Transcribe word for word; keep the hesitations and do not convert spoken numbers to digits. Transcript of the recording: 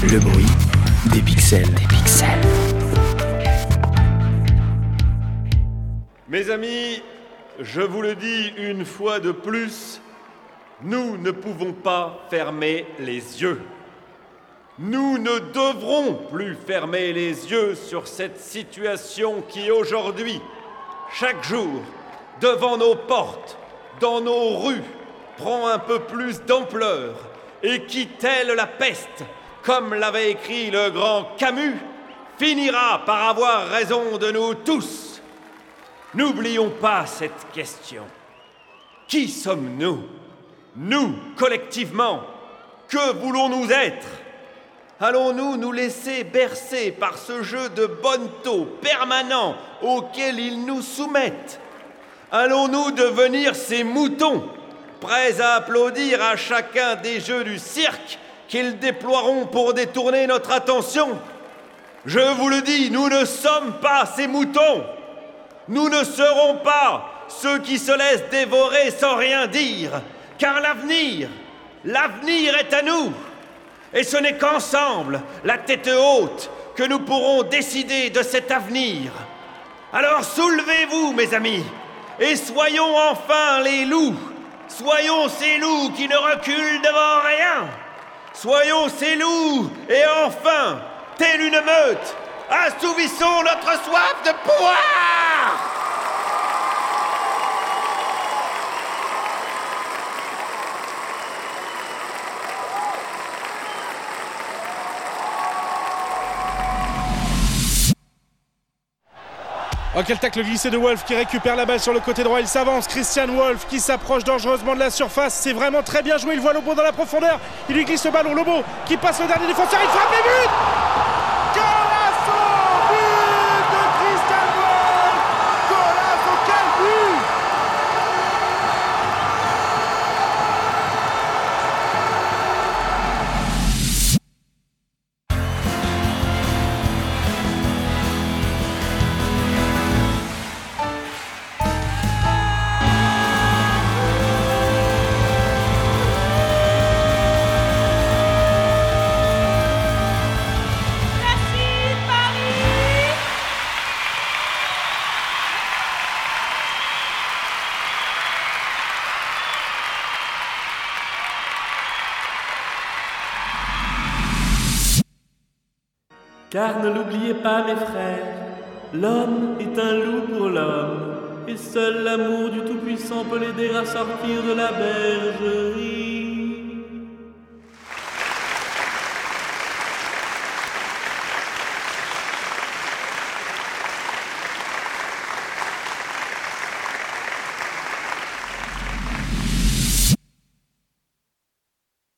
Le bruit des pixels. Des pixels. Mes amis, je vous le dis une fois de plus, nous ne pouvons pas fermer les yeux. Nous ne devrons plus fermer les yeux sur cette situation qui aujourd'hui, chaque jour, devant nos portes, dans nos rues, prend un peu plus d'ampleur et qui, telle la peste, comme l'avait écrit le grand Camus, finira par avoir raison de nous tous. N'oublions pas cette question. Qui sommes-nous? Nous, collectivement, que voulons-nous être? Allons-nous nous laisser bercer par ce jeu de bonneteau permanent auquel ils nous soumettent? Allons-nous devenir ces moutons, prêts à applaudir à chacun des jeux du cirque qu'ils déploieront pour détourner notre attention? Je vous le dis, nous ne sommes pas ces moutons. Nous ne serons pas ceux qui se laissent dévorer sans rien dire, car l'avenir, l'avenir est à nous. Et ce n'est qu'ensemble, la tête haute, que nous pourrons décider de cet avenir. Alors soulevez-vous, mes amis, et soyons enfin les loups. Soyons ces loups qui ne reculent devant rien. Soyons ces loups, et enfin, telle une meute, assouvissons notre soif de pouvoir! Oh, quel tacle glissé de Wolf qui récupère la balle sur le côté droit, il s'avance, Christian Wolf qui s'approche dangereusement de la surface, c'est vraiment très bien joué, il voit Lobo dans la profondeur, il lui glisse le ballon, Lobo qui passe le dernier défenseur, il frappe les buts. Golasso, but de Christian Wolf. Golasso, quel but. Car ne l'oubliez pas, mes frères, l'homme est un loup pour l'homme, et seul l'amour du Tout-Puissant peut l'aider à sortir de la bergerie.